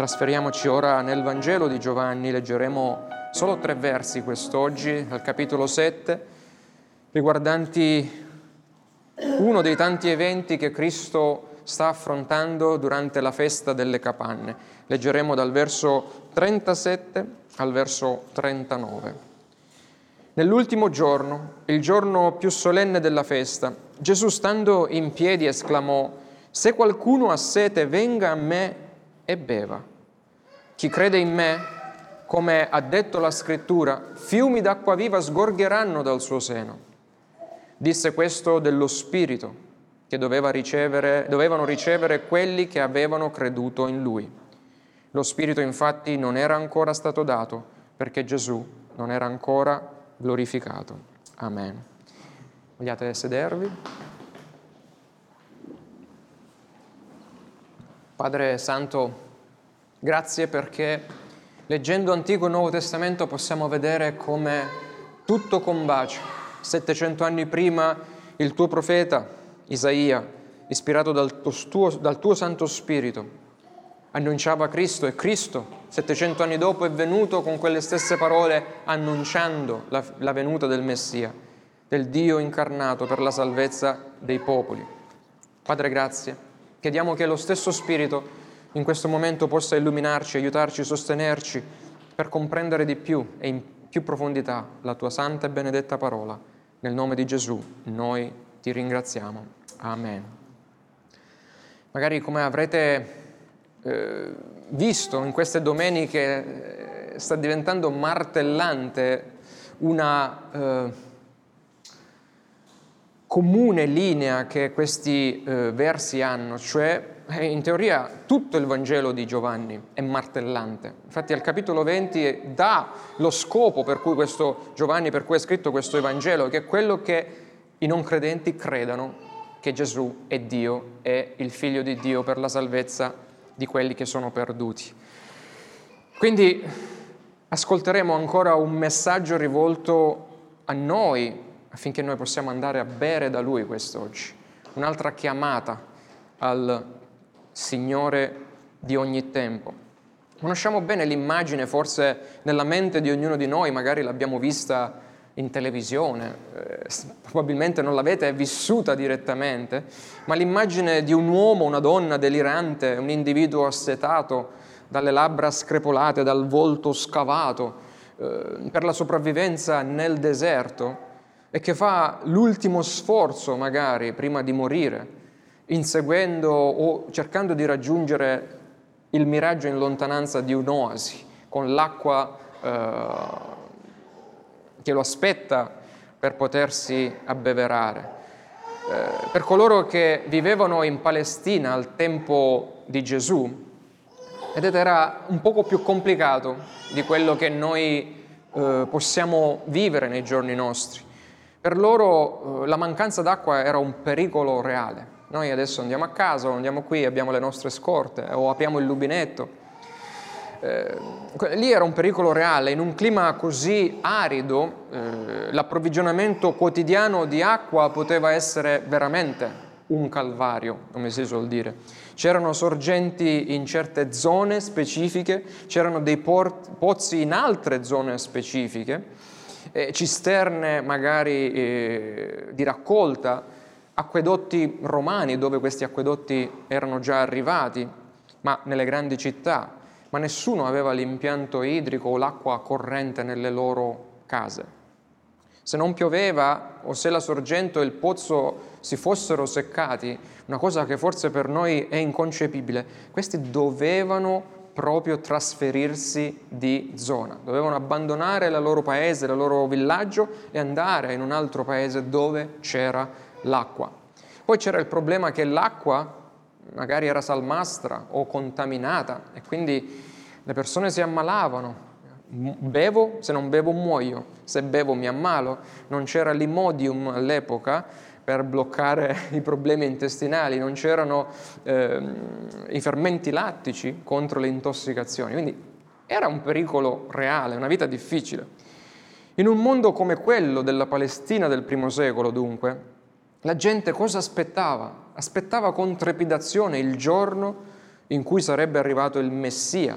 Trasferiamoci ora nel Vangelo di Giovanni, leggeremo solo 3 versi quest'oggi, dal capitolo 7, riguardanti uno dei tanti eventi che Cristo sta affrontando durante la festa delle capanne. Leggeremo dal verso 37 al verso 39. Nell'ultimo giorno, il giorno più solenne della festa, Gesù stando in piedi esclamò: «Se qualcuno ha sete, venga a me e beva. Chi crede in me, come ha detto la Scrittura, fiumi d'acqua viva sgorgeranno dal suo seno». Disse questo dello Spirito che dovevano ricevere quelli che avevano creduto in Lui. Lo Spirito infatti non era ancora stato dato, perché Gesù non era ancora glorificato. Amen. Vogliate sedervi? Padre Santo, grazie perché leggendo Antico e Nuovo Testamento possiamo vedere come tutto combacia. 700 anni prima il tuo profeta Isaia, ispirato dal tuo Santo Spirito, annunciava Cristo e Cristo 700 anni dopo è venuto con quelle stesse parole annunciando la venuta del Messia, del Dio incarnato per la salvezza dei popoli. Padre, grazie. Chiediamo che lo stesso Spirito in questo momento possa illuminarci, aiutarci, sostenerci per comprendere di più e in più profondità la tua santa e benedetta parola. Nel nome di Gesù noi ti ringraziamo. Amen. Magari come avrete visto in queste domeniche sta diventando martellante una comune linea che questi versi hanno, cioè in teoria tutto il Vangelo di Giovanni è martellante. Infatti al capitolo 20 dà lo scopo per cui Giovanni è scritto questo Evangelo, che è quello che i non credenti credano che Gesù è Dio, è il Figlio di Dio per la salvezza di quelli che sono perduti. Quindi ascolteremo ancora un messaggio rivolto a noi affinché noi possiamo andare a bere da Lui quest'oggi. Un'altra chiamata al Signore di ogni tempo. Conosciamo bene l'immagine, forse nella mente di ognuno di noi, magari l'abbiamo vista in televisione, probabilmente non l'avete vissuta direttamente, ma l'immagine di un uomo, una donna delirante, un individuo assetato, dalle labbra screpolate, dal volto scavato, per la sopravvivenza nel deserto, e che fa l'ultimo sforzo magari prima di morire, inseguendo o cercando di raggiungere il miraggio in lontananza di un'oasi, con l'acqua che lo aspetta per potersi abbeverare. Per coloro che vivevano in Palestina al tempo di Gesù, vedete, era un poco più complicato di quello che noi possiamo vivere nei giorni nostri. Per loro la mancanza d'acqua era un pericolo reale. Noi adesso andiamo a casa, o andiamo qui, abbiamo le nostre scorte, o apriamo il rubinetto. Lì era un pericolo reale. In un clima così arido, l'approvvigionamento quotidiano di acqua poteva essere veramente un calvario, come si suol dire. C'erano sorgenti in certe zone specifiche, c'erano dei pozzi in altre zone specifiche, cisterne magari di raccolta, acquedotti romani dove questi acquedotti erano già arrivati, ma nelle grandi città, ma nessuno aveva l'impianto idrico o l'acqua corrente nelle loro case. Se non pioveva o se la sorgente o il pozzo si fossero seccati, una cosa che forse per noi è inconcepibile, questi dovevano proprio trasferirsi di zona, dovevano abbandonare il loro paese, il loro villaggio e andare in un altro paese dove c'era l'acqua. Poi c'era il problema che l'acqua magari era salmastra o contaminata e quindi le persone si ammalavano. Bevo, se non bevo muoio, se bevo mi ammalo. Non c'era l'Imodium all'epoca per bloccare i problemi intestinali, non c'erano i fermenti lattici contro le intossicazioni, quindi era un pericolo reale, una vita difficile. In un mondo come quello della Palestina del primo secolo, dunque, la gente cosa aspettava? Aspettava con trepidazione il giorno in cui sarebbe arrivato il Messia,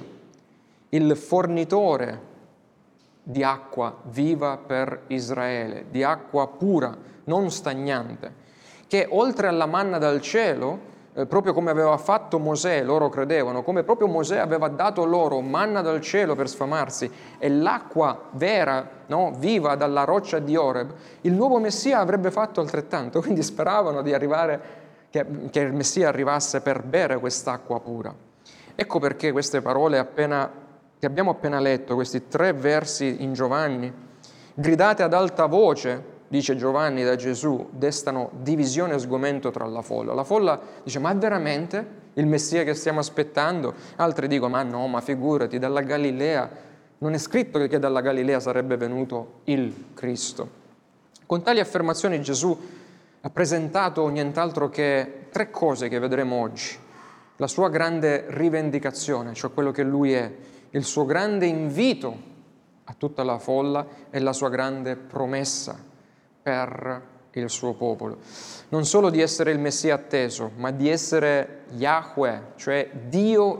il fornitore di acqua viva per Israele, di acqua pura, non stagnante, che oltre alla manna dal cielo, proprio come aveva fatto Mosè, loro credevano, come proprio Mosè aveva dato loro manna dal cielo per sfamarsi e l'acqua vera, no, viva dalla roccia di Oreb, il nuovo Messia avrebbe fatto altrettanto, quindi speravano di arrivare, che il Messia arrivasse per bere quest'acqua pura. Ecco perché queste parole che abbiamo appena letto, questi 3 versi in Giovanni, gridate ad alta voce, dice Giovanni da Gesù, destano divisione e sgomento tra la folla. La folla dice, ma è veramente il Messia che stiamo aspettando? Altri dicono, ma no, ma figurati, dalla Galilea, non è scritto che dalla Galilea sarebbe venuto il Cristo. Con tali affermazioni Gesù ha presentato nient'altro che 3 cose che vedremo oggi. La sua grande rivendicazione, cioè quello che lui è, il suo grande invito a tutta la folla e la sua grande promessa per il suo popolo. Non solo di essere il Messia atteso, ma di essere Yahweh, cioè Dio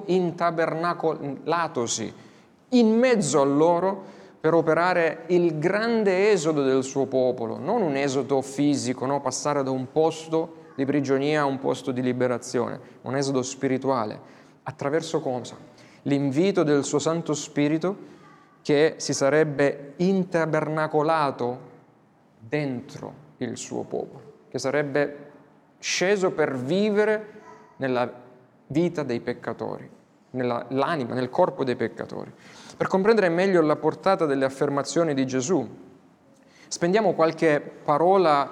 intabernacolatosi in mezzo a loro per operare il grande esodo del suo popolo, non un esodo fisico, no? Passare da un posto di prigionia a un posto di liberazione, un esodo spirituale. Attraverso cosa? L'invito del suo Santo Spirito che si sarebbe intabernacolato dentro il suo popolo, che sarebbe sceso per vivere nella vita dei peccatori, nell'anima, nel corpo dei peccatori. Per comprendere meglio la portata delle affermazioni di Gesù, spendiamo qualche parola,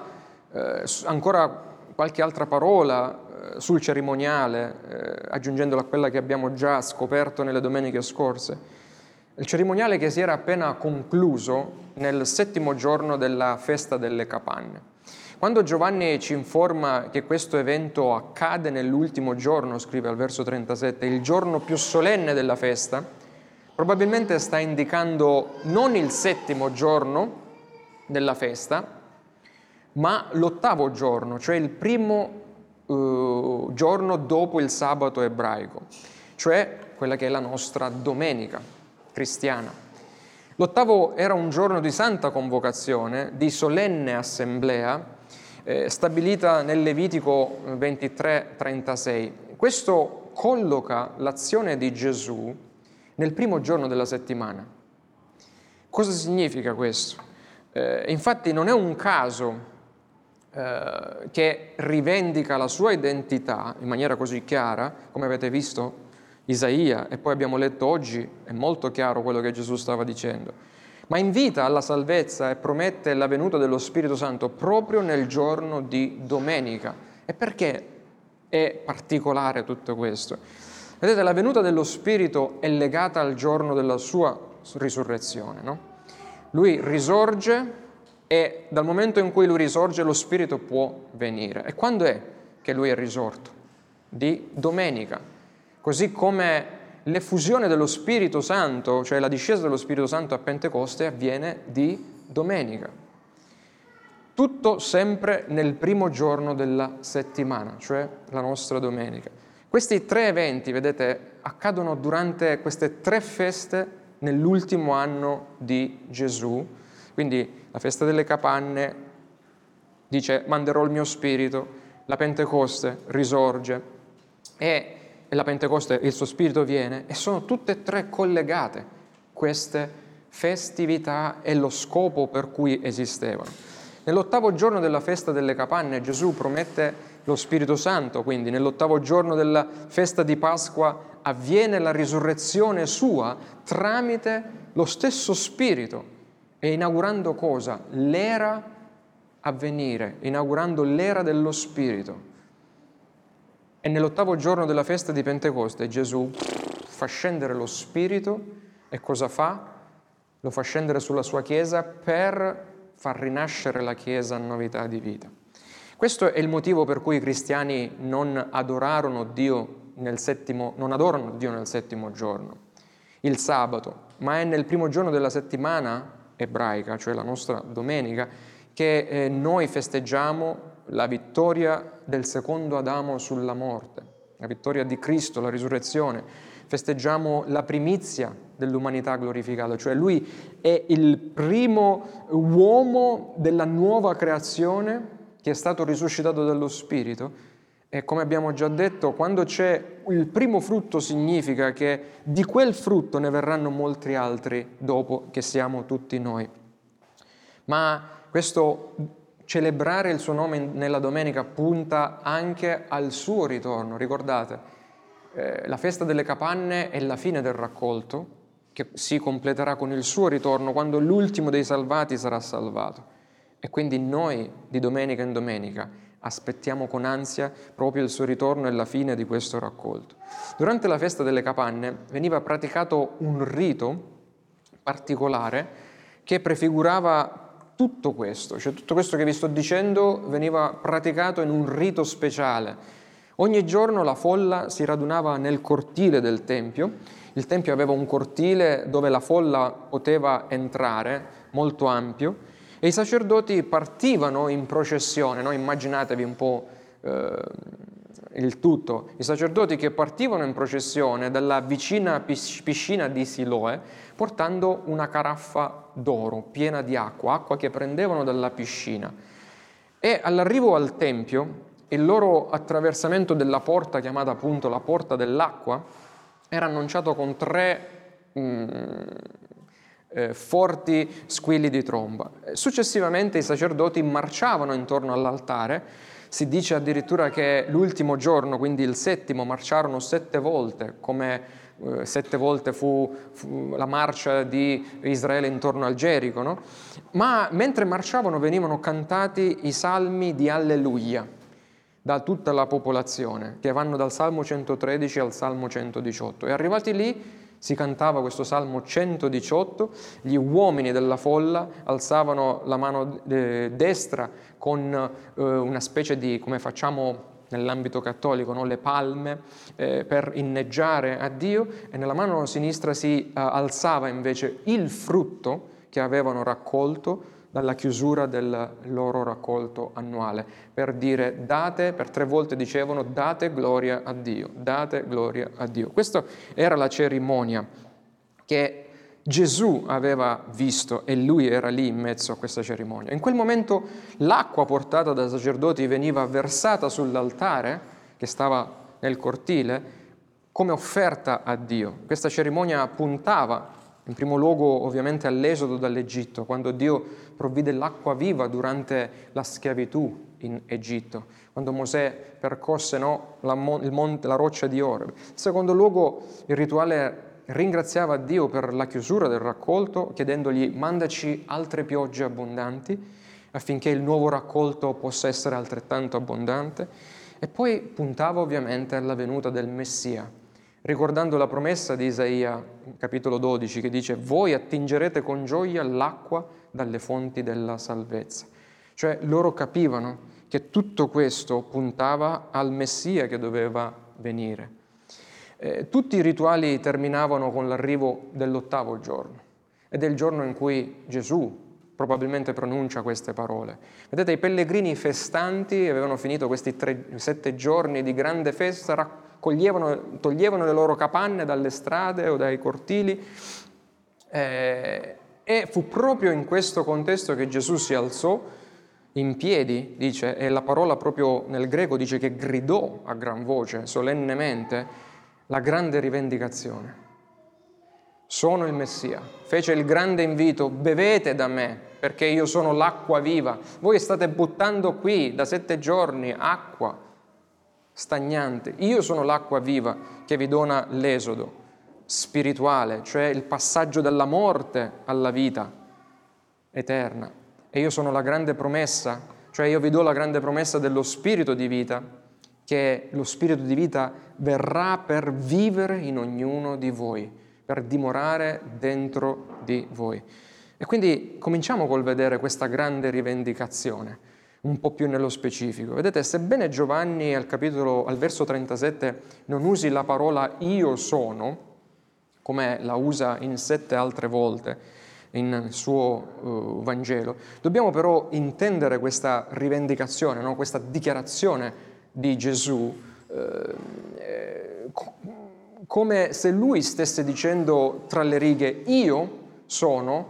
ancora qualche altra parola sul cerimoniale, aggiungendola a quella che abbiamo già scoperto nelle domeniche scorse. Il cerimoniale che si era appena concluso nel 7° giorno della festa delle capanne. Quando Giovanni ci informa che questo evento accade nell'ultimo giorno, scrive al verso 37, il giorno più solenne della festa, probabilmente sta indicando non il 7° giorno della festa, ma l'8° giorno, cioè il primo giorno dopo il sabato ebraico, cioè quella che è la nostra domenica cristiana. L'8° era un giorno di santa convocazione, di solenne assemblea, stabilita nel Levitico 23:36. Questo colloca l'azione di Gesù nel primo giorno della settimana. Cosa significa questo? Infatti non è un caso che rivendica la sua identità in maniera così chiara, come avete visto Isaia, e poi abbiamo letto oggi, è molto chiaro quello che Gesù stava dicendo, ma invita alla salvezza e promette la venuta dello Spirito Santo proprio nel giorno di domenica. E perché è particolare tutto questo? Vedete, la venuta dello Spirito è legata al giorno della sua risurrezione, no? Lui risorge e dal momento in cui lui risorge lo Spirito può venire. E quando è che lui è risorto? Di domenica. Così come l'effusione dello Spirito Santo, cioè la discesa dello Spirito Santo a Pentecoste, avviene di domenica. Tutto sempre nel primo giorno della settimana, cioè la nostra domenica. Questi 3 eventi, vedete, accadono durante queste 3 feste nell'ultimo anno di Gesù. Quindi la festa delle capanne dice manderò il mio spirito, la Pentecoste risorge e la Pentecoste il suo spirito viene, e sono tutte e 3 collegate queste festività e lo scopo per cui esistevano. Nell'8° giorno della festa delle capanne Gesù promette lo Spirito Santo, quindi nell'8° giorno della festa di Pasqua avviene la risurrezione sua tramite lo stesso Spirito, e inaugurando cosa? L'era a venire, inaugurando l'era dello Spirito. E nell'8° giorno della festa di Pentecoste Gesù fa scendere lo Spirito e cosa fa? Lo fa scendere sulla sua Chiesa per far rinascere la Chiesa a novità di vita. Questo è il motivo per cui i cristiani non adorano Dio nel 7° giorno, il sabato, ma è nel primo giorno della settimana ebraica, cioè la nostra domenica, che noi festeggiamo la vittoria del secondo Adamo sulla morte, la vittoria di Cristo, la risurrezione, festeggiamo la primizia dell'umanità glorificata, cioè Lui è il primo uomo della nuova creazione che è stato risuscitato dallo Spirito. E come abbiamo già detto, quando c'è il primo frutto significa che di quel frutto ne verranno molti altri dopo che siamo tutti noi. Ma questo celebrare il suo nome nella domenica punta anche al suo ritorno. Ricordate, la festa delle capanne è la fine del raccolto, che si completerà con il suo ritorno quando l'ultimo dei salvati sarà salvato. E quindi noi, di domenica in domenica, aspettiamo con ansia proprio il suo ritorno e la fine di questo raccolto. Durante la festa delle capanne veniva praticato un rito particolare che prefigurava tutto questo, cioè tutto questo che vi sto dicendo veniva praticato in un rito speciale. Ogni giorno la folla si radunava nel cortile del Tempio. Il Tempio aveva un cortile dove la folla poteva entrare, molto ampio, e i sacerdoti partivano in processione, no? Immaginatevi un po' il tutto. I sacerdoti che partivano in processione dalla vicina piscina di Siloe portando una caraffa d'oro piena di acqua che prendevano dalla piscina. E all'arrivo al Tempio, il loro attraversamento della porta, chiamata appunto la porta dell'acqua, era annunciato con 3 forti squilli di tromba. Successivamente i sacerdoti marciavano intorno all'altare. Si dice addirittura che l'ultimo giorno, quindi il 7°, marciarono 7 volte, come 7 volte fu la marcia di Israele intorno al Gerico, no? Ma mentre marciavano venivano cantati i salmi di Alleluia da tutta la popolazione, che vanno dal Salmo 113 al Salmo 118. E arrivati lì si cantava questo Salmo 118, gli uomini della folla alzavano la mano destra con una specie di, come facciamo nell'ambito cattolico, no? Le palme per inneggiare a Dio, e nella mano sinistra si alzava invece il frutto che avevano raccolto dalla chiusura del loro raccolto annuale, per dire date, per 3 volte dicevano date gloria a Dio, date gloria a Dio. Questa era la cerimonia che Gesù aveva visto e lui era lì in mezzo a questa cerimonia. In quel momento l'acqua portata dai sacerdoti veniva versata sull'altare che stava nel cortile come offerta a Dio. Questa cerimonia puntava in primo luogo ovviamente all'esodo dall'Egitto, quando Dio provvide l'acqua viva durante la schiavitù in Egitto, quando Mosè percosse la roccia di Oreb. In secondo luogo il rituale ringraziava Dio per la chiusura del raccolto, chiedendogli mandaci altre piogge abbondanti affinché il nuovo raccolto possa essere altrettanto abbondante, e poi puntava ovviamente alla venuta del Messia, ricordando la promessa di Isaia, capitolo 12, che dice «Voi attingerete con gioia l'acqua dalle fonti della salvezza». Cioè loro capivano che tutto questo puntava al Messia che doveva venire. Tutti i rituali terminavano con l'arrivo dell'8° giorno, ed è il giorno in cui Gesù probabilmente pronuncia queste parole. Vedete, i pellegrini festanti avevano finito questi 7 giorni di grande festa, toglievano le loro capanne dalle strade o dai cortili, e fu proprio in questo contesto che Gesù si alzò in piedi, dice, e la parola proprio nel greco dice che gridò a gran voce, solennemente, la grande rivendicazione. Sono il Messia. Fece il grande invito, bevete da me, perché io sono l'acqua viva. Voi state buttando qui da 7 giorni acqua stagnante. Io sono l'acqua viva che vi dona l'esodo spirituale, cioè il passaggio dalla morte alla vita eterna. E io sono la grande promessa, cioè io vi do la grande promessa dello spirito di vita, che lo spirito di vita verrà per vivere in ognuno di voi, per dimorare dentro di voi. E quindi cominciamo col vedere questa grande rivendicazione, un po' più nello specifico. Vedete, sebbene Giovanni al verso 37 non usi la parola io sono, come la usa in 7 altre volte in suo Vangelo, dobbiamo però intendere questa rivendicazione, no? Questa dichiarazione di Gesù come se lui stesse dicendo tra le righe: io sono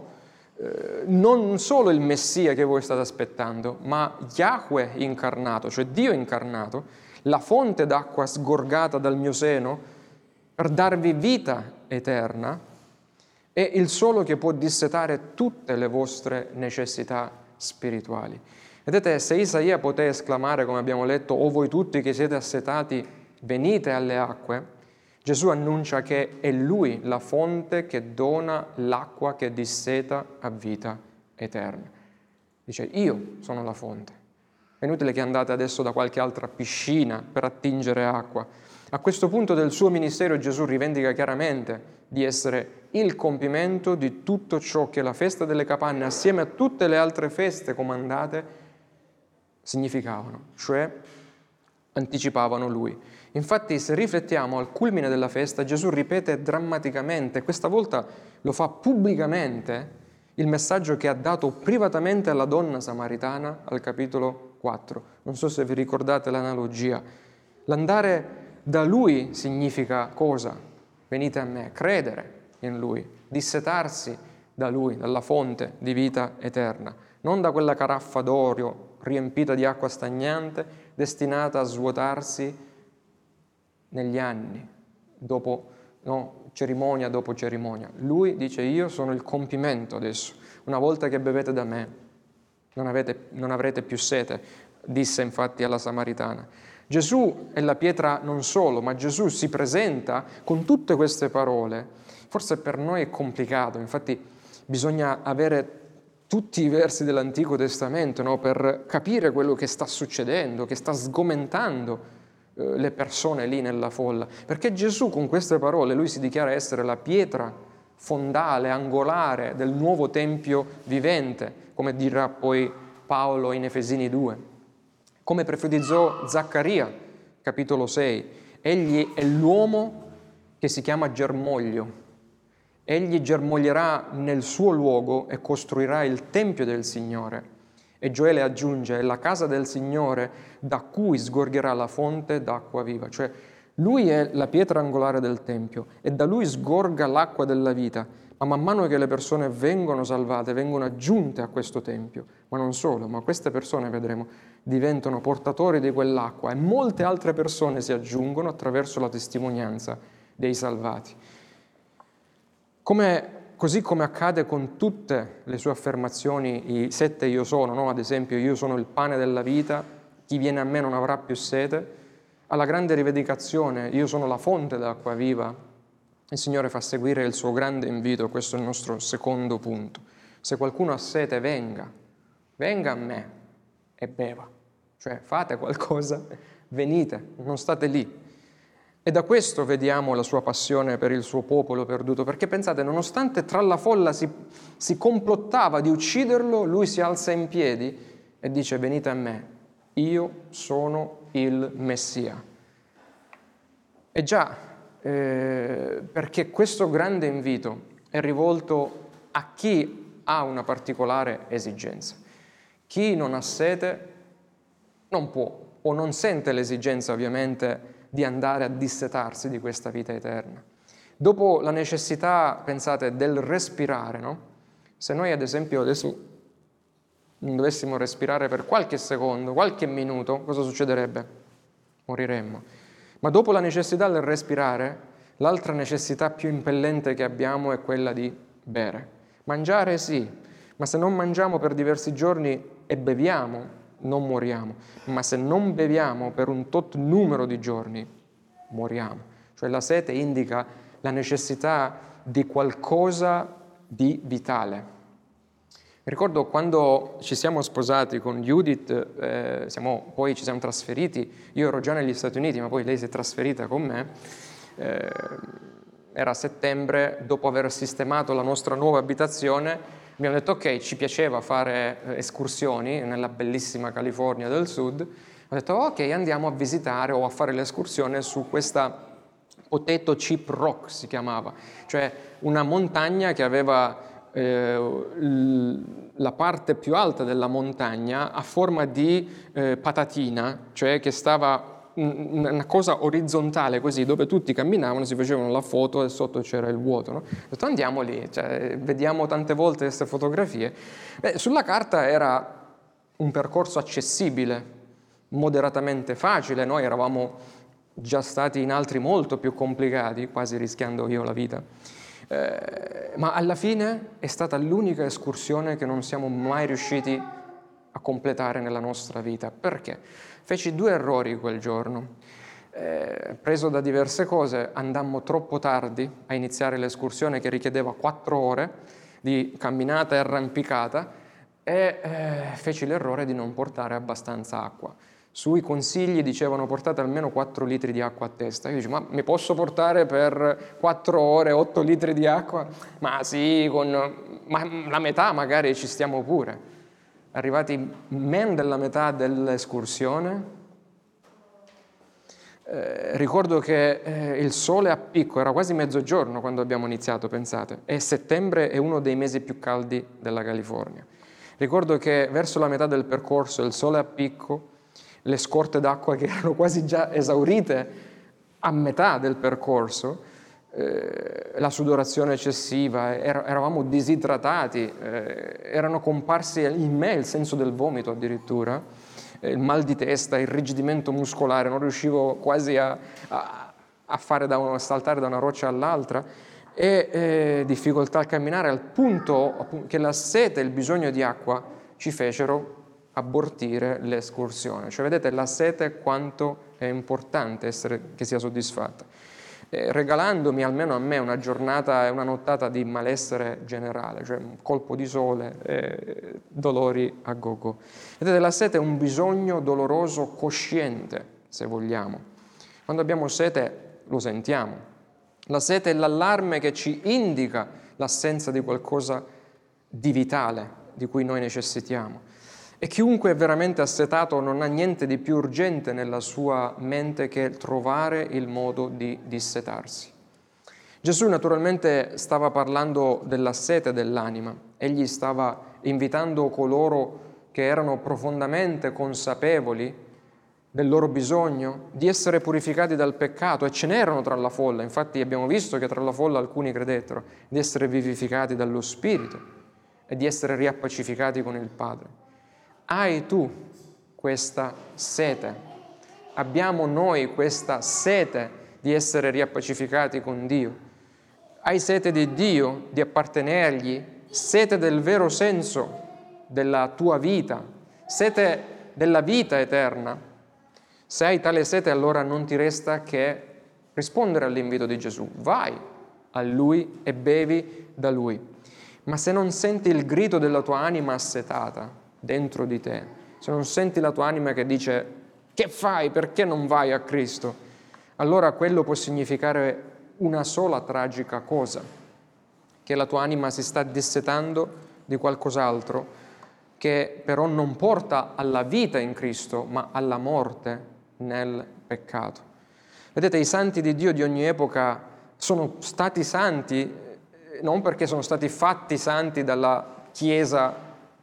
non solo il Messia che voi state aspettando, ma Yahweh incarnato, cioè Dio incarnato, la fonte d'acqua sgorgata dal mio seno per darvi vita eterna, è il solo che può dissetare tutte le vostre necessità spirituali. Vedete, se Isaia poté esclamare, come abbiamo letto: o voi tutti che siete assetati, venite alle acque, Gesù annuncia che è Lui la fonte che dona l'acqua che disseta a vita eterna. Dice: io sono la fonte. È inutile che andate adesso da qualche altra piscina per attingere acqua. A questo punto del suo ministero Gesù rivendica chiaramente di essere il compimento di tutto ciò che la festa delle capanne, assieme a tutte le altre feste comandate, significavano, cioè anticipavano Lui. Infatti, se riflettiamo al culmine della festa, Gesù ripete drammaticamente, questa volta lo fa pubblicamente, il messaggio che ha dato privatamente alla donna samaritana al capitolo 4. Non so se vi ricordate l'analogia. L'andare da Lui significa cosa? Venite a me, credere in Lui, dissetarsi da Lui, dalla fonte di vita eterna, non da quella caraffa d'oro riempita di acqua stagnante, destinata a svuotarsi negli anni, cerimonia dopo cerimonia. Lui dice: io sono il compimento adesso. Una volta che bevete da me, non avrete più sete, disse infatti alla Samaritana. Gesù è la pietra non solo, ma Gesù si presenta con tutte queste parole. Forse per noi è complicato, infatti bisogna avere tutti i versi dell'Antico Testamento, no? Per capire quello che sta succedendo, che sta sgomentando le persone lì nella folla. Perché Gesù con queste parole, lui si dichiara essere la pietra fondale, angolare del nuovo Tempio vivente, come dirà poi Paolo in Efesini 2. Come profetizzò Zaccaria, capitolo 6, egli è l'uomo che si chiama germoglio. Egli germoglierà nel suo luogo e costruirà il Tempio del Signore. E Gioele aggiunge: è la casa del Signore da cui sgorgerà la fonte d'acqua viva. Cioè, lui è la pietra angolare del Tempio e da lui sgorga l'acqua della vita. Ma man mano che le persone vengono salvate, vengono aggiunte a questo Tempio. Ma non solo, ma queste persone, vedremo, diventano portatori di quell'acqua e molte altre persone si aggiungono attraverso la testimonianza dei salvati. Così come accade con tutte le sue affermazioni, i 7 io sono, no? Ad esempio, io sono il pane della vita, chi viene a me non avrà più sete, alla grande rivendicazione, io sono la fonte dell'acqua viva, il Signore fa seguire il suo grande invito. Questo è il nostro secondo punto. Se qualcuno ha sete, venga a me e beva. Cioè, fate qualcosa, venite, non state lì. E da questo vediamo la sua passione per il suo popolo perduto, perché pensate, nonostante tra la folla si complottava di ucciderlo, lui si alza in piedi e dice: venite a me, io sono il Messia. E già, perché questo grande invito è rivolto a chi ha una particolare esigenza. Chi non ha sete non può, o non sente l'esigenza ovviamente di andare a dissetarsi di questa vita eterna. Dopo la necessità, pensate, del respirare, no? Se noi ad esempio adesso non dovessimo respirare per qualche secondo, qualche minuto, cosa succederebbe? Moriremmo. Ma dopo la necessità del respirare, l'altra necessità più impellente che abbiamo è quella di bere. Mangiare sì, ma se non mangiamo per diversi giorni e beviamo, non moriamo, ma se non beviamo per un tot numero di giorni, moriamo. Cioè la sete indica la necessità di qualcosa di vitale. Mi ricordo quando ci siamo sposati con Judith, poi ci siamo trasferiti, io ero già negli Stati Uniti, ma poi lei si è trasferita con me, era settembre, dopo aver sistemato la nostra nuova abitazione, abbiamo detto ok, ci piaceva fare escursioni nella bellissima California del Sud, ho detto ok, andiamo a visitare o a fare l'escursione su questa Potato Chip Rock si chiamava, cioè una montagna che aveva la parte più alta della montagna a forma di patatina, cioè che stava una cosa orizzontale così, dove tutti camminavano, si facevano la foto e sotto c'era il vuoto, no? Ho detto andiamo lì, cioè, vediamo tante volte queste fotografie. Sulla carta era un percorso accessibile, moderatamente facile, noi eravamo già stati in altri molto più complicati, quasi rischiando io la vita, ma alla fine è stata l'unica escursione che non siamo mai riusciti a completare nella nostra vita. Perché? Feci 2 errori quel giorno. Preso da diverse cose, andammo troppo tardi a iniziare l'escursione che richiedeva 4 ore di camminata e arrampicata e feci l'errore di non portare abbastanza acqua. Sui consigli dicevano portate almeno 4 litri di acqua a testa. Io dicevo, ma mi posso portare per 4 ore 8 litri di acqua? Ma sì, ma la metà magari ci stiamo pure. Arrivati meno della metà dell'escursione, ricordo che il sole a picco, era quasi mezzogiorno quando abbiamo iniziato, pensate, e settembre è uno dei mesi più caldi della California. Ricordo che verso la metà del percorso il sole a picco, le scorte d'acqua che erano quasi già esaurite a metà del percorso, la sudorazione eccessiva, eravamo disidratati, erano comparsi in me il senso del vomito addirittura, il mal di testa, il irrigidimento muscolare, non riuscivo quasi a saltare da una roccia all'altra e difficoltà a camminare, al punto che la sete e il bisogno di acqua ci fecero abortire l'escursione. Cioè vedete la sete quanto è importante che sia soddisfatta. Regalandomi almeno a me una giornata e una nottata di malessere generale, cioè un colpo di sole, dolori a gogo. Vedete, la sete è un bisogno doloroso cosciente, se vogliamo. Quando abbiamo sete lo sentiamo. La sete è l'allarme che ci indica l'assenza di qualcosa di vitale di cui noi necessitiamo. E chiunque è veramente assetato non ha niente di più urgente nella sua mente che trovare il modo di dissetarsi. Gesù naturalmente stava parlando della sete dell'anima. Egli stava invitando coloro che erano profondamente consapevoli del loro bisogno di essere purificati dal peccato, e ce n'erano tra la folla. Infatti abbiamo visto che tra la folla alcuni credettero, di essere vivificati dallo Spirito e di essere riappacificati con il Padre. Hai tu questa sete? Abbiamo noi questa sete di essere riappacificati con Dio? Hai sete di Dio, di appartenergli? Sete del vero senso della tua vita? Sete della vita eterna? Se hai tale sete, allora non ti resta che rispondere all'invito di Gesù. Vai a Lui e bevi da Lui. Ma se non senti il grido della tua anima assetata dentro di te, se non senti la tua anima che dice che fai, perché non vai a Cristo, allora quello può significare una sola tragica cosa, che la tua anima si sta dissetando di qualcos'altro che però non porta alla vita in Cristo, ma alla morte nel peccato. Vedete, i santi di Dio di ogni epoca sono stati santi non perché sono stati fatti santi dalla Chiesa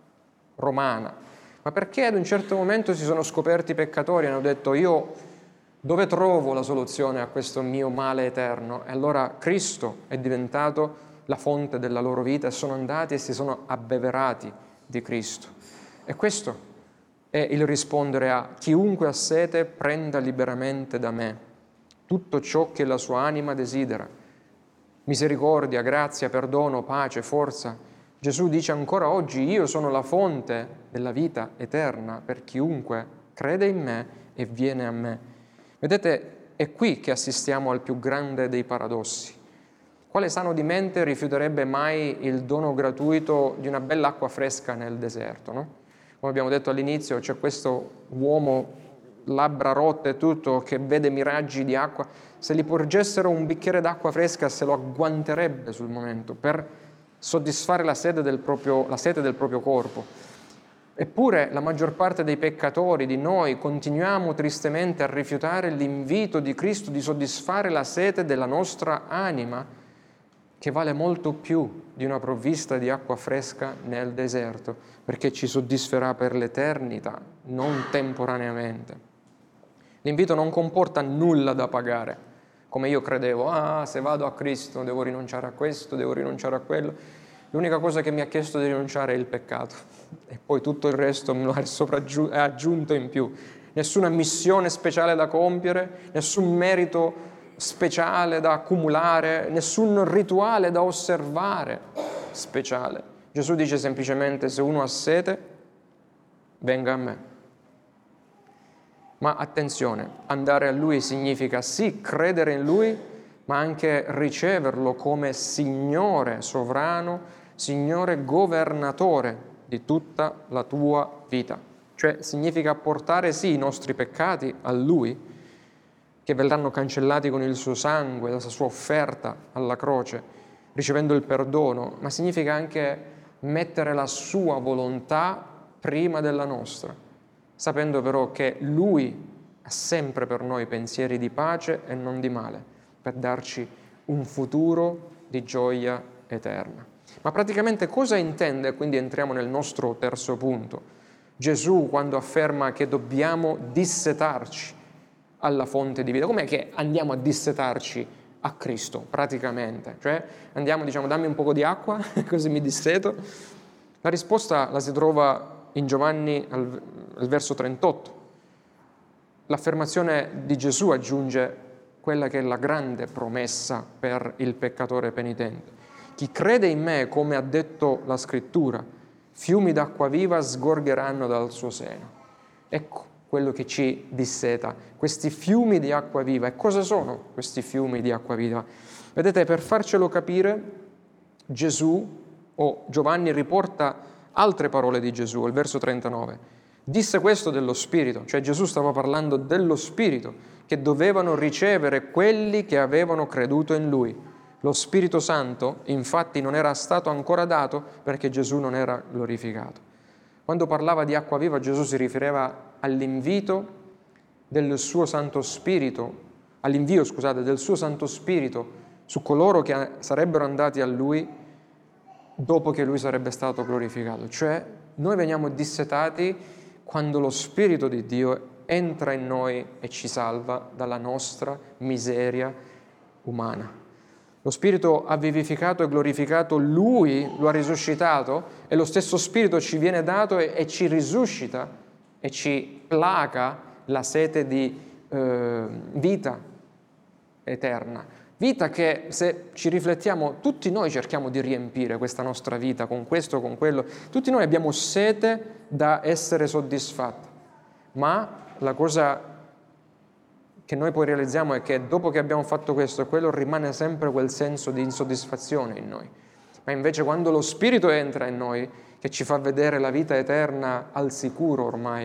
romana, ma perché ad un certo momento si sono scoperti peccatori e hanno detto io dove trovo la soluzione a questo mio male eterno? E allora Cristo è diventato la fonte della loro vita e sono andati e si sono abbeverati di Cristo. E questo è il rispondere a chiunque ha sete prenda liberamente da me tutto ciò che la sua anima desidera. Misericordia, grazia, perdono, pace, forza. Gesù dice ancora oggi, io sono la fonte della vita eterna per chiunque crede in me e viene a me. Vedete, è qui che assistiamo al più grande dei paradossi. Quale sano di mente rifiuterebbe mai il dono gratuito di una bella acqua fresca nel deserto, no? Come abbiamo detto all'inizio, c'è questo uomo, labbra rotte e tutto, che vede miraggi di acqua. Se gli porgessero un bicchiere d'acqua fresca se lo agguanterebbe sul momento per soddisfare la sete del proprio corpo. Eppure la maggior parte dei peccatori, di noi, continuiamo tristemente a rifiutare l'invito di Cristo di soddisfare la sete della nostra anima, che vale molto più di una provvista di acqua fresca nel deserto, perché ci soddisferà per l'eternità, non temporaneamente. L'invito non comporta nulla da pagare, come io credevo, se vado a Cristo devo rinunciare a questo, devo rinunciare a quello. L'unica cosa che mi ha chiesto di rinunciare è il peccato e poi tutto il resto me lo è aggiunto in più. Nessuna missione speciale da compiere, nessun merito speciale da accumulare, nessun rituale da osservare speciale. Gesù dice semplicemente: se uno ha sete, venga a me. Ma attenzione, andare a Lui significa sì credere in Lui, ma anche riceverlo come Signore sovrano, Signore governatore di tutta la tua vita. Cioè significa portare sì i nostri peccati a Lui, che verranno cancellati con il suo sangue, la sua offerta alla croce, ricevendo il perdono, ma significa anche mettere la sua volontà prima della nostra, sapendo però che Lui ha sempre per noi pensieri di pace e non di male, per darci un futuro di gioia eterna. Ma praticamente cosa intende? Quindi entriamo nel nostro terzo punto. Gesù quando afferma che dobbiamo dissetarci alla fonte di vita. Com'è che andiamo a dissetarci a Cristo, praticamente? Cioè andiamo, dammi un poco di acqua, così mi disseto? La risposta la si trova in Giovanni al verso 38. L'affermazione di Gesù aggiunge quella che è la grande promessa per il peccatore penitente. Chi crede in me, come ha detto la Scrittura, fiumi d'acqua viva sgorgeranno dal suo seno. Ecco quello che ci disseta, questi fiumi di acqua viva. E cosa sono questi fiumi di acqua viva? Vedete, per farcelo capire, Giovanni riporta altre parole di Gesù, il verso 39. Disse questo dello Spirito, cioè Gesù stava parlando dello Spirito che dovevano ricevere quelli che avevano creduto in Lui. Lo Spirito Santo, infatti, non era stato ancora dato perché Gesù non era glorificato. Quando parlava di acqua viva, Gesù si riferiva all'invio del suo Santo Spirito su coloro che sarebbero andati a Lui dopo che Lui sarebbe stato glorificato. Cioè, noi veniamo dissetati quando lo Spirito di Dio entra in noi e ci salva dalla nostra miseria umana. Lo Spirito ha vivificato e glorificato Lui, lo ha risuscitato, e lo stesso Spirito ci viene dato e ci risuscita e ci placa la sete di vita eterna. Vita che, se ci riflettiamo, tutti noi cerchiamo di riempire questa nostra vita con questo, con quello. Tutti noi abbiamo sete da essere soddisfatti, ma la cosa che noi poi realizziamo è che dopo che abbiamo fatto questo e quello rimane sempre quel senso di insoddisfazione in noi. Ma invece quando lo Spirito entra in noi, che ci fa vedere la vita eterna al sicuro ormai,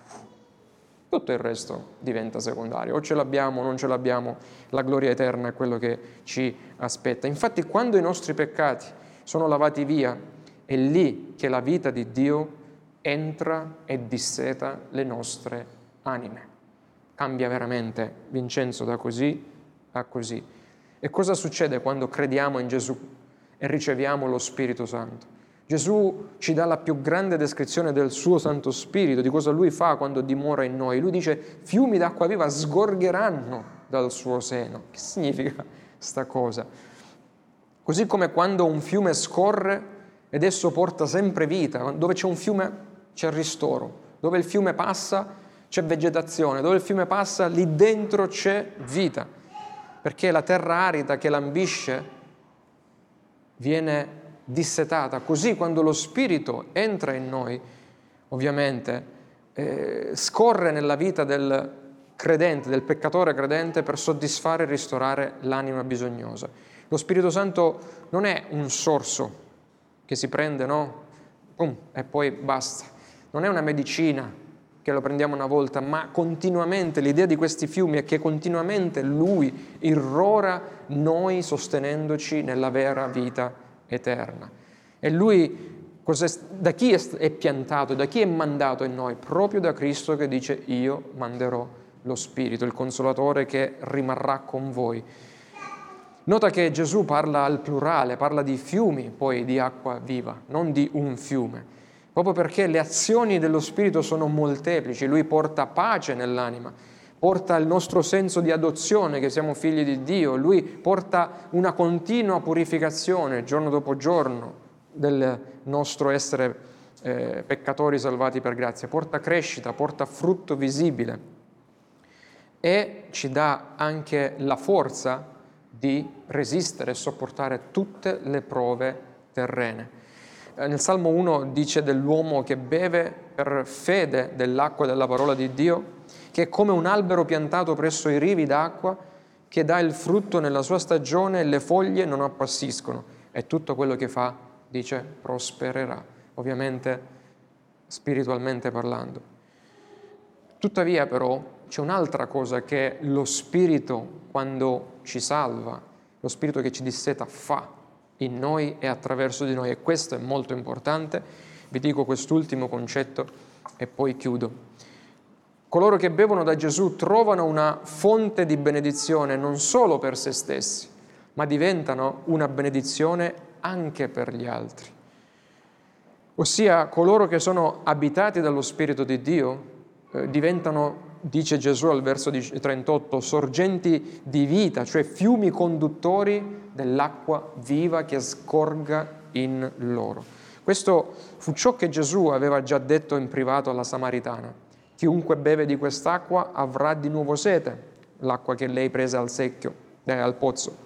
tutto il resto diventa secondario. O ce l'abbiamo o non ce l'abbiamo, la gloria eterna è quello che ci aspetta. Infatti quando i nostri peccati sono lavati via, è lì che la vita di Dio entra e disseta le nostre anime. Cambia veramente, Vincenzo, da così a così. E cosa succede quando crediamo in Gesù e riceviamo lo Spirito Santo? Gesù ci dà la più grande descrizione del suo Santo Spirito, di cosa Lui fa quando dimora in noi. Lui dice: fiumi d'acqua viva sgorgeranno dal suo seno. Che significa sta cosa? Così come quando un fiume scorre ed esso porta sempre vita, dove c'è un fiume c'è ristoro, dove il fiume passa c'è vegetazione, dove il fiume passa lì dentro c'è vita, perché la terra arida che lambisce viene dissetata. Così quando lo Spirito entra in noi, ovviamente, scorre nella vita del credente, del peccatore credente, per soddisfare e ristorare l'anima bisognosa. Lo Spirito Santo non è un sorso che si prende, no? E poi basta. Non è una medicina che lo prendiamo una volta, ma continuamente l'idea di questi fiumi è che continuamente Lui irrora noi sostenendoci nella vera vita eterna. E Lui da chi è piantato, da chi è mandato in noi? Proprio da Cristo, che dice: io manderò lo Spirito, il Consolatore che rimarrà con voi. Nota che Gesù parla al plurale, parla di fiumi poi di acqua viva, non di un fiume. Proprio perché le azioni dello Spirito sono molteplici, Lui porta pace nell'anima, porta il nostro senso di adozione, che siamo figli di Dio. Lui porta una continua purificazione, giorno dopo giorno, del nostro essere peccatori salvati per grazia. Porta crescita, porta frutto visibile e ci dà anche la forza di resistere e sopportare tutte le prove terrene. Nel Salmo 1 dice dell'uomo che beve per fede dell'acqua della parola di Dio, che è come un albero piantato presso i rivi d'acqua, che dà il frutto nella sua stagione e le foglie non appassiscono, e tutto quello che fa, dice, prospererà, ovviamente spiritualmente parlando. Tuttavia però c'è un'altra cosa che lo Spirito, quando ci salva, lo Spirito che ci disseta, fa in noi e attraverso di noi, e questo è molto importante. Vi dico quest'ultimo concetto e poi chiudo. Coloro che bevono da Gesù trovano una fonte di benedizione non solo per se stessi, ma diventano una benedizione anche per gli altri. Ossia, coloro che sono abitati dallo Spirito di Dio diventano, dice Gesù al verso 38, sorgenti di vita, cioè fiumi conduttori dell'acqua viva che scorga in loro. Questo fu ciò che Gesù aveva già detto in privato alla Samaritana. Chiunque beve di quest'acqua avrà di nuovo sete, l'acqua che lei prese al secchio, al pozzo.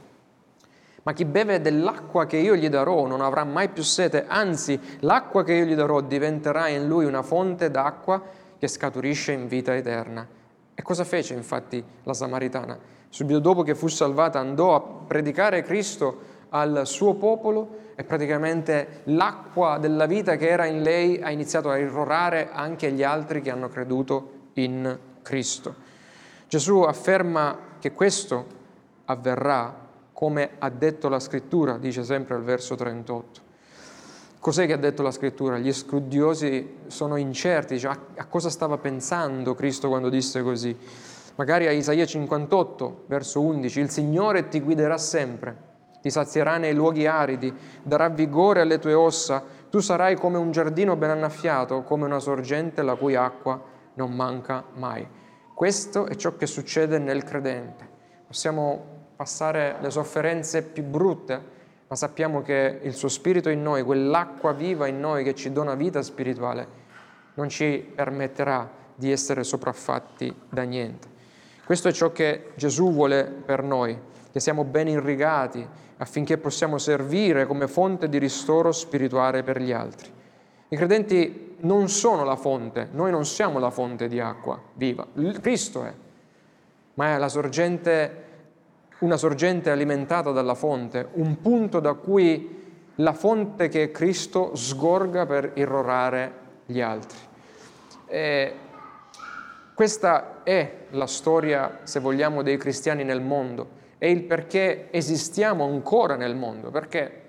Ma chi beve dell'acqua che io gli darò non avrà mai più sete, anzi, l'acqua che io gli darò diventerà in lui una fonte d'acqua che scaturisce in vita eterna. E cosa fece infatti la Samaritana? Subito dopo che fu salvata andò a predicare Cristo al suo popolo e praticamente l'acqua della vita che era in lei ha iniziato a irrorare anche gli altri che hanno creduto in Cristo. Gesù afferma che questo avverrà come ha detto la Scrittura, dice sempre al verso 38. Cos'è che ha detto la Scrittura? Gli studiosi sono incerti, cioè a cosa stava pensando Cristo quando disse così. Magari a Isaia 58, verso 11, il Signore ti guiderà sempre, ti sazierà nei luoghi aridi, darà vigore alle tue ossa, tu sarai come un giardino ben annaffiato, come una sorgente la cui acqua non manca mai. Questo è ciò che succede nel credente. Possiamo passare le sofferenze più brutte, ma sappiamo che il suo Spirito in noi, quell'acqua viva in noi che ci dona vita spirituale, non ci permetterà di essere sopraffatti da niente. Questo è ciò che Gesù vuole per noi, che siamo ben irrigati affinché possiamo servire come fonte di ristoro spirituale per gli altri. I credenti non sono la fonte, noi non siamo la fonte di acqua viva, Cristo è, ma è la sorgente, una sorgente alimentata dalla fonte, un punto da cui la fonte che è Cristo sgorga per irrorare gli altri. Questa è la storia, se vogliamo, dei cristiani nel mondo, è il perché esistiamo ancora nel mondo, perché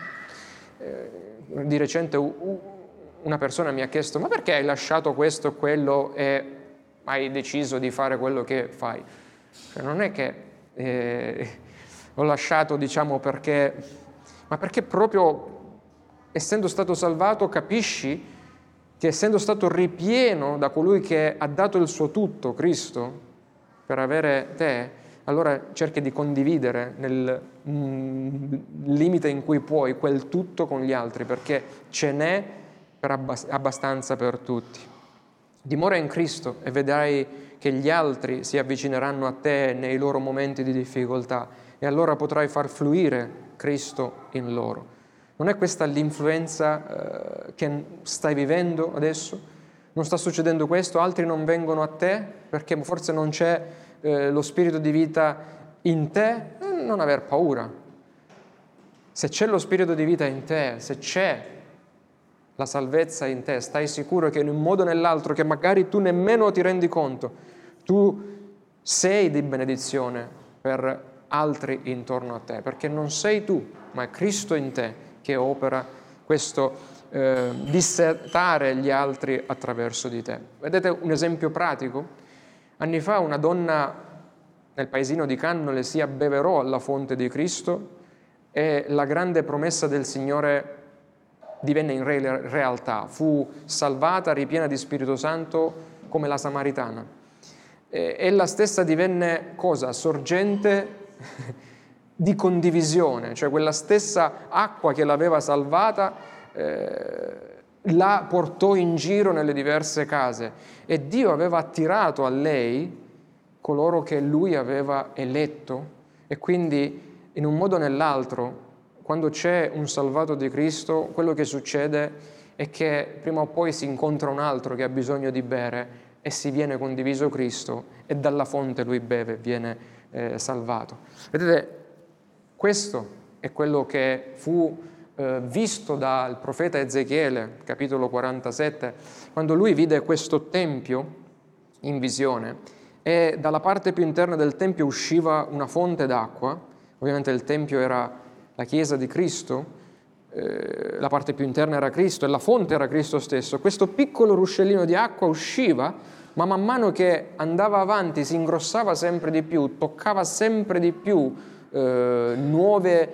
di recente una persona mi ha chiesto: ma perché hai lasciato questo o quello e hai deciso di fare quello che fai? Cioè, non è che l'ho lasciato, diciamo, perché proprio essendo stato salvato capisci che essendo stato ripieno da colui che ha dato il suo tutto, Cristo, per avere te, allora cerchi di condividere nel limite in cui puoi quel tutto con gli altri, perché ce n'è abbastanza per tutti. Dimora in Cristo e vedrai che gli altri si avvicineranno a te nei loro momenti di difficoltà e allora potrai far fluire Cristo in loro. Non è questa l'influenza che stai vivendo adesso? Non sta succedendo questo? Altri non vengono a te perché forse non c'è lo spirito di vita in te? Non aver paura. Se c'è lo spirito di vita in te, se c'è la salvezza in te, stai sicuro che in un modo o nell'altro, che magari tu nemmeno ti rendi conto, tu sei di benedizione per altri intorno a te, perché non sei tu, ma è Cristo in te che opera questo dissetare gli altri attraverso di te. Vedete un esempio pratico? Anni fa una donna nel paesino di Cannole si abbeverò alla fonte di Cristo e la grande promessa del Signore divenne in realtà, fu salvata, ripiena di Spirito Santo come la Samaritana. ella stessa divenne cosa? Sorgente di condivisione, cioè quella stessa acqua che l'aveva salvata la portò in giro nelle diverse case e Dio aveva attirato a lei coloro che lui aveva eletto e quindi in un modo o nell'altro, quando c'è un salvato di Cristo, quello che succede è che prima o poi si incontra un altro che ha bisogno di bere e si viene condiviso Cristo e dalla fonte lui beve e viene salvato. Vedete, questo è quello che fu visto dal profeta Ezechiele, capitolo 47, quando lui vide questo tempio in visione e dalla parte più interna del tempio usciva una fonte d'acqua. Ovviamente il tempio era la chiesa di Cristo, la parte più interna era Cristo e la fonte era Cristo stesso. Questo piccolo ruscellino di acqua usciva, ma man mano che andava avanti si ingrossava sempre di più, toccava sempre di più nuovi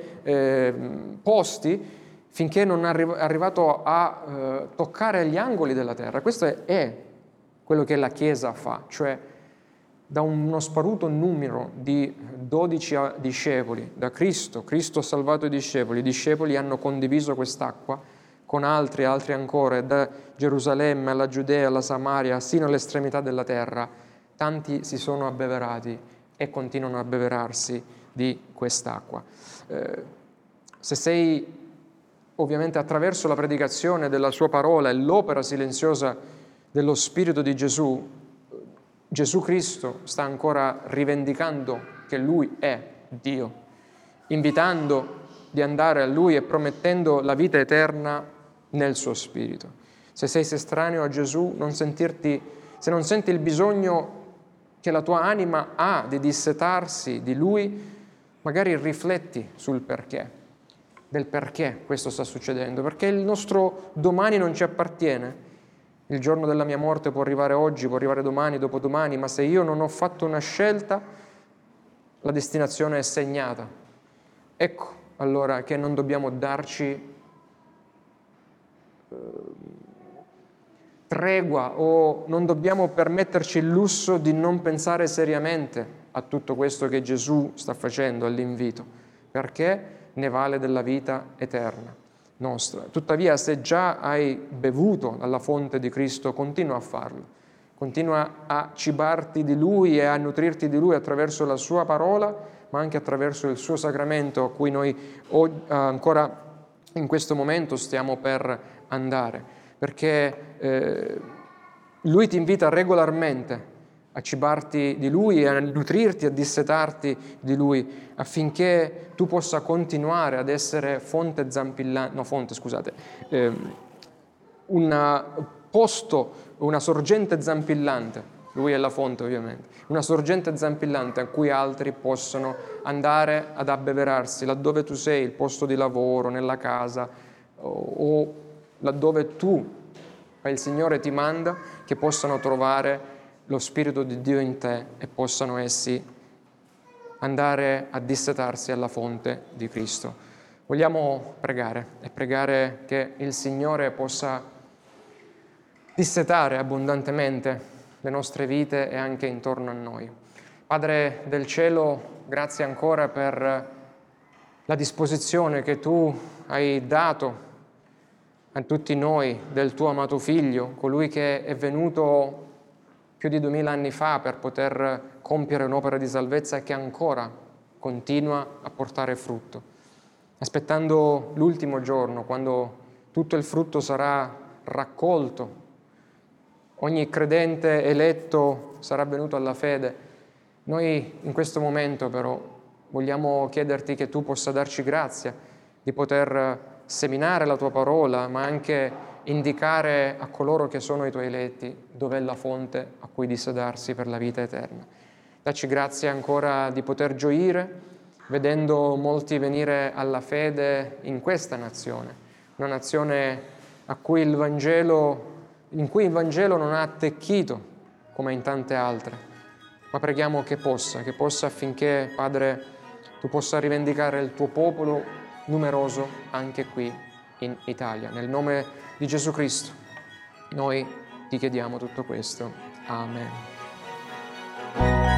posti, finché non è arrivato a toccare gli angoli della terra. Questo è quello che la Chiesa fa, cioè da uno sparuto numero di 12 discepoli, da Cristo ha salvato i discepoli hanno condiviso quest'acqua con altri ancora, da Gerusalemme alla Giudea, alla Samaria, sino all'estremità della terra. Tanti si sono abbeverati e continuano a abbeverarsi di quest'acqua. Se sei ovviamente attraverso la predicazione della sua parola e l'opera silenziosa dello Spirito di Gesù, Gesù Cristo sta ancora rivendicando che Lui è Dio, invitando di andare a Lui e promettendo la vita eterna nel suo Spirito. Se sei estraneo a Gesù, se non senti il bisogno che la tua anima ha di dissetarsi di Lui, magari rifletti sul perché, del perché questo sta succedendo, perché il nostro domani non ci appartiene. Il giorno della mia morte può arrivare oggi, può arrivare domani, dopodomani, ma se io non ho fatto una scelta, la destinazione è segnata. Ecco allora che non dobbiamo darci tregua o non dobbiamo permetterci il lusso di non pensare seriamente a tutto questo che Gesù sta facendo, all'invito, perché ne vale della vita eterna nostra. Tuttavia, se già hai bevuto dalla fonte di Cristo, continua a farlo. Continua a cibarti di Lui e a nutrirti di Lui attraverso la Sua parola, ma anche attraverso il Suo sacramento a cui noi ancora in questo momento stiamo per andare, perché Lui ti invita regolarmente a cibarti di Lui, a nutrirti, a dissetarti di Lui, affinché tu possa continuare ad essere una sorgente zampillante. Lui è la fonte, ovviamente. Una sorgente zampillante a cui altri possono andare ad abbeverarsi, laddove tu sei, il posto di lavoro, nella casa, o laddove il Signore ti manda, che possano trovare lo Spirito di Dio in te e possano essi andare a dissetarsi alla fonte di Cristo. Vogliamo pregare e pregare che il Signore possa dissetare abbondantemente le nostre vite e anche intorno a noi. Padre del cielo, grazie ancora per la disposizione che tu hai dato a tutti noi del tuo amato Figlio, colui che è venuto più di 2000 anni fa per poter compiere un'opera di salvezza e che ancora continua a portare frutto. Aspettando l'ultimo giorno, quando tutto il frutto sarà raccolto, ogni credente eletto sarà venuto alla fede, noi in questo momento però vogliamo chiederti che tu possa darci grazia di poter seminare la tua parola, ma anche indicare a coloro che sono i tuoi eletti dov'è la fonte a cui dissedarsi per la vita eterna. Dacci grazia ancora di poter gioire vedendo molti venire alla fede in questa nazione, una nazione in cui il Vangelo non ha attecchito come in tante altre, ma preghiamo che possa affinché, Padre, tu possa rivendicare il tuo popolo numeroso anche qui in Italia. Nel nome di Gesù Cristo noi ti chiediamo tutto questo. Amen. Música